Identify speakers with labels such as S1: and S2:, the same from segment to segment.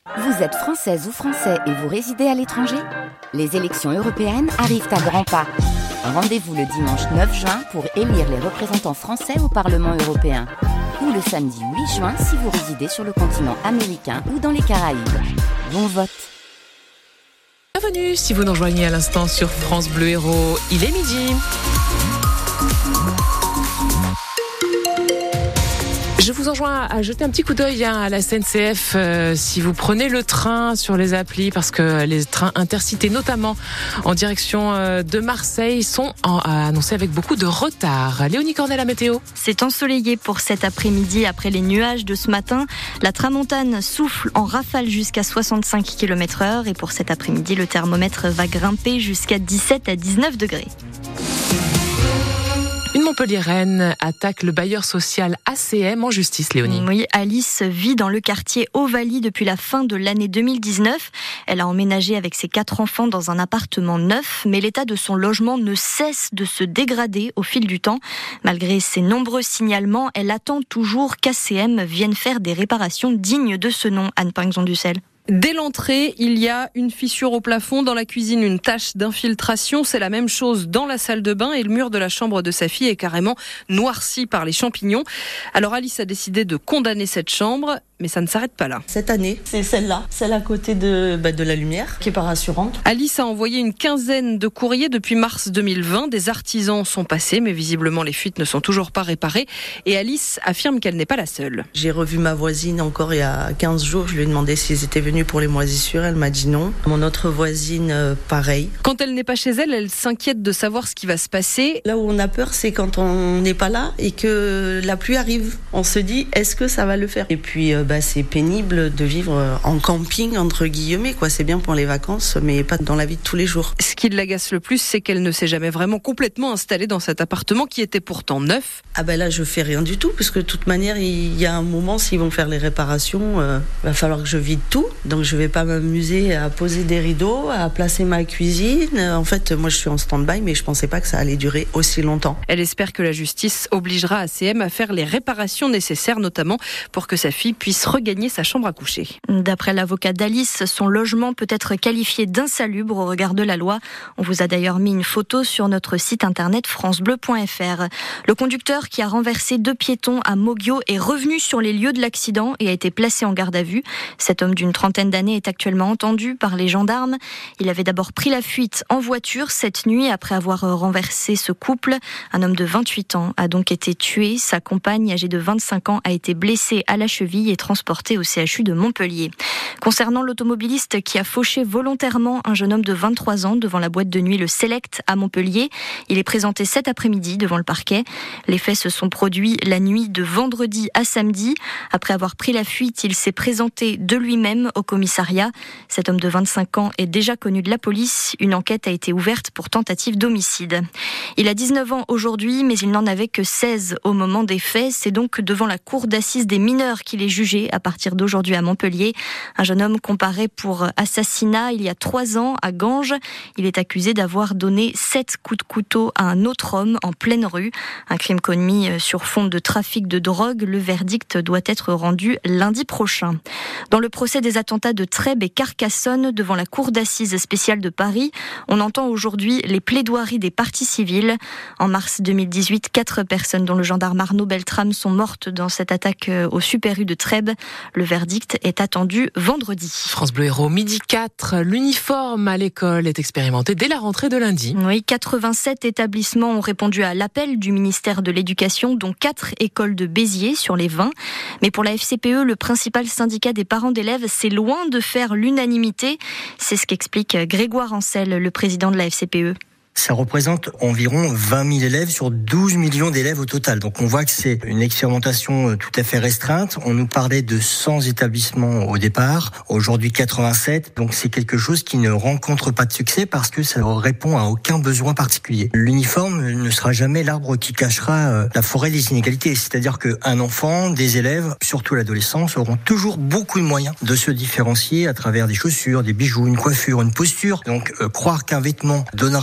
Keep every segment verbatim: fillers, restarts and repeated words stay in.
S1: Vous êtes française ou français et vous résidez à l'étranger ? Les élections européennes arrivent à grands pas. Rendez-vous le dimanche neuf juin pour élire les représentants français au Parlement européen. Ou le samedi huit juin si vous résidez sur le continent américain ou dans les Caraïbes. Bon vote.
S2: Bienvenue si vous nous rejoignez à l'instant sur France Bleu Héros. Il est midi. Je vous enjoins à jeter un petit coup d'œil à la S N C F euh, si vous prenez le train sur les applis, parce que les trains intercités, notamment en direction euh, de Marseille, sont en, annoncés avec beaucoup de retard. Léonie Cornet, la météo.
S3: C'est ensoleillé pour cet après-midi après les nuages de ce matin. La tramontane souffle en rafale jusqu'à soixante-cinq kilomètres heure et pour cet après-midi, le thermomètre va grimper jusqu'à dix-sept à dix-neuf degrés.
S2: Une Montpelliéraine attaque le bailleur social A C M en justice, Léonie.
S3: Oui, Alice vit dans le quartier Ovalie depuis la fin de l'année deux mille dix-neuf. Elle a emménagé avec ses quatre enfants dans un appartement neuf, mais l'état de son logement ne cesse de se dégrader au fil du temps. Malgré ses nombreux signalements, elle attend toujours qu'A C M vienne faire des réparations dignes de ce nom. Anne Pinxon-Dussel.
S4: Dès l'entrée, il y a une fissure au plafond, dans la cuisine une tache d'infiltration, c'est la même chose dans la salle de bain et le mur de la chambre de sa fille est carrément noirci par les champignons. Alors Alice a décidé de condamner cette chambre, mais ça ne s'arrête pas là.
S5: Cette année, c'est celle-là, celle à côté de, bah, de la lumière, qui est pas rassurante.
S4: Alice a envoyé une quinzaine de courriers depuis mars deux mille vingt, des artisans sont passés, mais visiblement les fuites ne sont toujours pas réparées et Alice affirme qu'elle n'est pas la seule.
S5: J'ai revu ma voisine encore il y a quinze jours, je lui ai demandé s'ils étaient venus pour les moisissures, elle m'a dit non. Mon autre voisine, euh, pareil.
S4: Quand elle n'est pas chez elle, elle s'inquiète de savoir ce qui va se passer.
S5: Là où on a peur, c'est quand on n'est pas là et que la pluie arrive. On se dit, est-ce que ça va le faire ? Et puis, euh, bah, c'est pénible de vivre en camping, entre guillemets, quoi. C'est bien pour les vacances, mais pas dans la vie de tous les jours.
S4: Ce qui l'agace le plus, c'est qu'elle ne s'est jamais vraiment complètement installée dans cet appartement qui était pourtant neuf.
S5: Ah ben là, je fais rien du tout, parce que de toute manière, il y a un moment, s'ils vont faire les réparations, euh, va falloir que je vide tout. Donc je vais pas m'amuser à poser des rideaux, à placer ma cuisine. En fait, moi je suis en stand-by, mais je pensais pas que ça allait durer aussi longtemps.
S4: Elle espère que la justice obligera A C M à faire les réparations nécessaires, notamment pour que sa fille puisse regagner sa chambre à coucher.
S3: D'après l'avocat d'Alice, son logement peut être qualifié d'insalubre au regard de la loi. On vous a d'ailleurs mis une photo sur notre site internet francebleu point f r. Le conducteur qui a renversé deux piétons à Moguio est revenu sur les lieux de l'accident et a été placé en garde à vue. Cet homme d'une trentaine d'années est actuellement entendu par les gendarmes. Il avait d'abord pris la fuite en voiture cette nuit après avoir renversé ce couple. Un homme de vingt-huit ans a donc été tué. Sa compagne, âgée de vingt-cinq ans, a été blessée à la cheville et transportée au C H U de Montpellier. Concernant l'automobiliste qui a fauché volontairement un jeune homme de vingt-trois ans devant la boîte de nuit Le Select à Montpellier, il est présenté cet après-midi devant le parquet. Les faits se sont produits la nuit de vendredi à samedi. Après avoir pris la fuite, il s'est présenté de lui-même au commissariat. Cet homme de vingt-cinq ans est déjà connu de la police. Une enquête a été ouverte pour tentative d'homicide. Il a dix-neuf ans aujourd'hui, mais il n'en avait que seize au moment des faits. C'est donc devant la cour d'assises des mineurs qu'il est jugé à partir d'aujourd'hui à Montpellier. Un jeune homme comparé pour assassinat il y a trois ans à Ganges. Il est accusé d'avoir donné sept coups de couteau à un autre homme en pleine rue. Un crime commis sur fond de trafic de drogue. Le verdict doit être rendu lundi prochain. Dans le procès des attentats de Trèbes et Carcassonne devant la cour d'assises spéciale de Paris, on entend aujourd'hui les plaidoiries des parties civiles. En mars deux mille dix-huit, quatre personnes dont le gendarme Arnaud Beltrame sont mortes dans cette attaque au Super U de Trèbes. Le verdict est attendu vendredi.
S2: France Bleu Héros, midi quatre. L'uniforme à l'école est expérimenté dès la rentrée de lundi.
S3: Oui, quatre-vingt-sept établissements ont répondu à l'appel du ministère de l'Éducation, dont quatre écoles de Béziers sur les vingt. Mais pour la F C P E, le principal syndicat des parents d'élèves, c'est loin de faire l'unanimité. C'est ce qu'explique Grégoire Ancel, le président de la F C P E.
S6: Ça représente environ vingt mille élèves sur douze millions d'élèves au total. Donc on voit que c'est une expérimentation tout à fait restreinte. On nous parlait de cent établissements au départ, aujourd'hui quatre-vingt-sept. Donc c'est quelque chose qui ne rencontre pas de succès parce que ça ne répond à aucun besoin particulier. L'uniforme ne sera jamais l'arbre qui cachera la forêt des inégalités. C'est-à-dire qu'un enfant, des élèves, surtout l'adolescence, auront toujours beaucoup de moyens de se différencier à travers des chaussures, des bijoux, une coiffure, une posture. Donc euh, croire qu'un vêtement donnera une bonne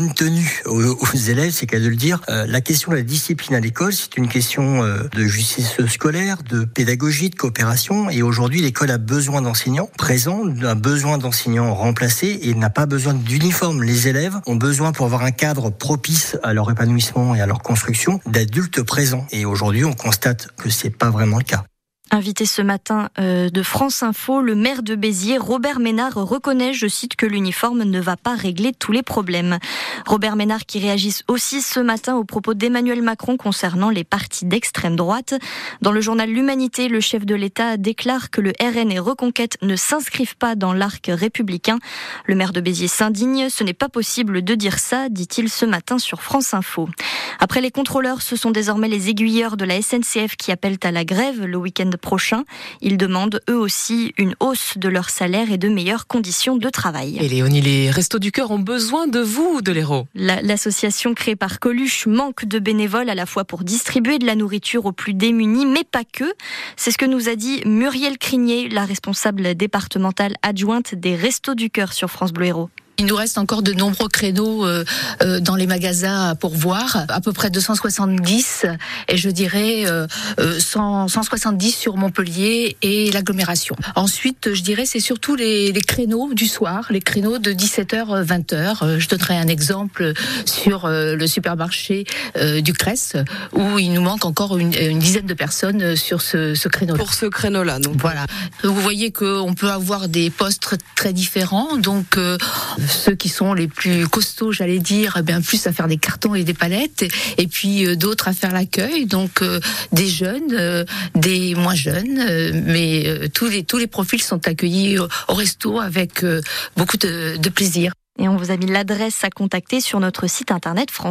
S6: bonne tenue aux, aux élèves, c'est qu'à de le dire, euh, la question de la discipline à l'école, c'est une question euh, de justice scolaire, de pédagogie, de coopération. Et aujourd'hui, l'école a besoin d'enseignants présents, a besoin d'enseignants remplacés et n'a pas besoin d'uniforme. Les élèves ont besoin, pour avoir un cadre propice à leur épanouissement et à leur construction, d'adultes présents. Et aujourd'hui, on constate que c'est pas vraiment le cas.
S3: Invité ce matin euh, de France Info, le maire de Béziers, Robert Ménard, reconnaît, je cite, que l'uniforme ne va pas régler tous les problèmes. Robert Ménard qui réagit aussi ce matin aux propos d'Emmanuel Macron concernant les partis d'extrême droite. Dans le journal L'Humanité, le chef de l'État déclare que le R N et Reconquête ne s'inscrivent pas dans l'arc républicain. Le maire de Béziers s'indigne. Ce n'est pas possible de dire ça, dit-il ce matin sur France Info. Après les contrôleurs, ce sont désormais les aiguilleurs de la S N C F qui appellent à la grève le week-end prochain. Ils demandent eux aussi une hausse de leur salaire et de meilleures conditions de travail.
S2: Et Léonie, les Restos du Cœur ont besoin de vous, de l'Hérault.
S3: La, l'association créée par Coluche manque de bénévoles à la fois pour distribuer de la nourriture aux plus démunis, mais pas que. C'est ce que nous a dit Muriel Crinier, la responsable départementale adjointe des Restos du Cœur sur France Bleu Hérault.
S7: Il nous reste encore de nombreux créneaux euh, euh, dans les magasins à pourvoir, à peu près deux cent soixante-dix, et je dirais euh, cent, cent soixante-dix sur Montpellier et l'agglomération. Ensuite, je dirais, c'est surtout les, les créneaux du soir, les créneaux de dix-sept heures à vingt heures. Je donnerai un exemple sur euh, le supermarché euh, du Cress, où il nous manque encore une, une dizaine de personnes sur ce, ce créneau.
S4: Pour ce créneau-là, donc.
S7: Voilà. Vous voyez qu'on peut avoir des postes très, très différents, donc euh, ceux qui sont les plus costauds, j'allais dire, eh bien plus à faire des cartons et des palettes, et puis euh, d'autres à faire l'accueil, donc euh, des jeunes, euh, des moins jeunes, euh, mais euh, tous les tous les profils sont accueillis au, au resto avec euh, beaucoup de, de plaisir.
S3: Et on vous a mis l'adresse à contacter sur notre site internet France.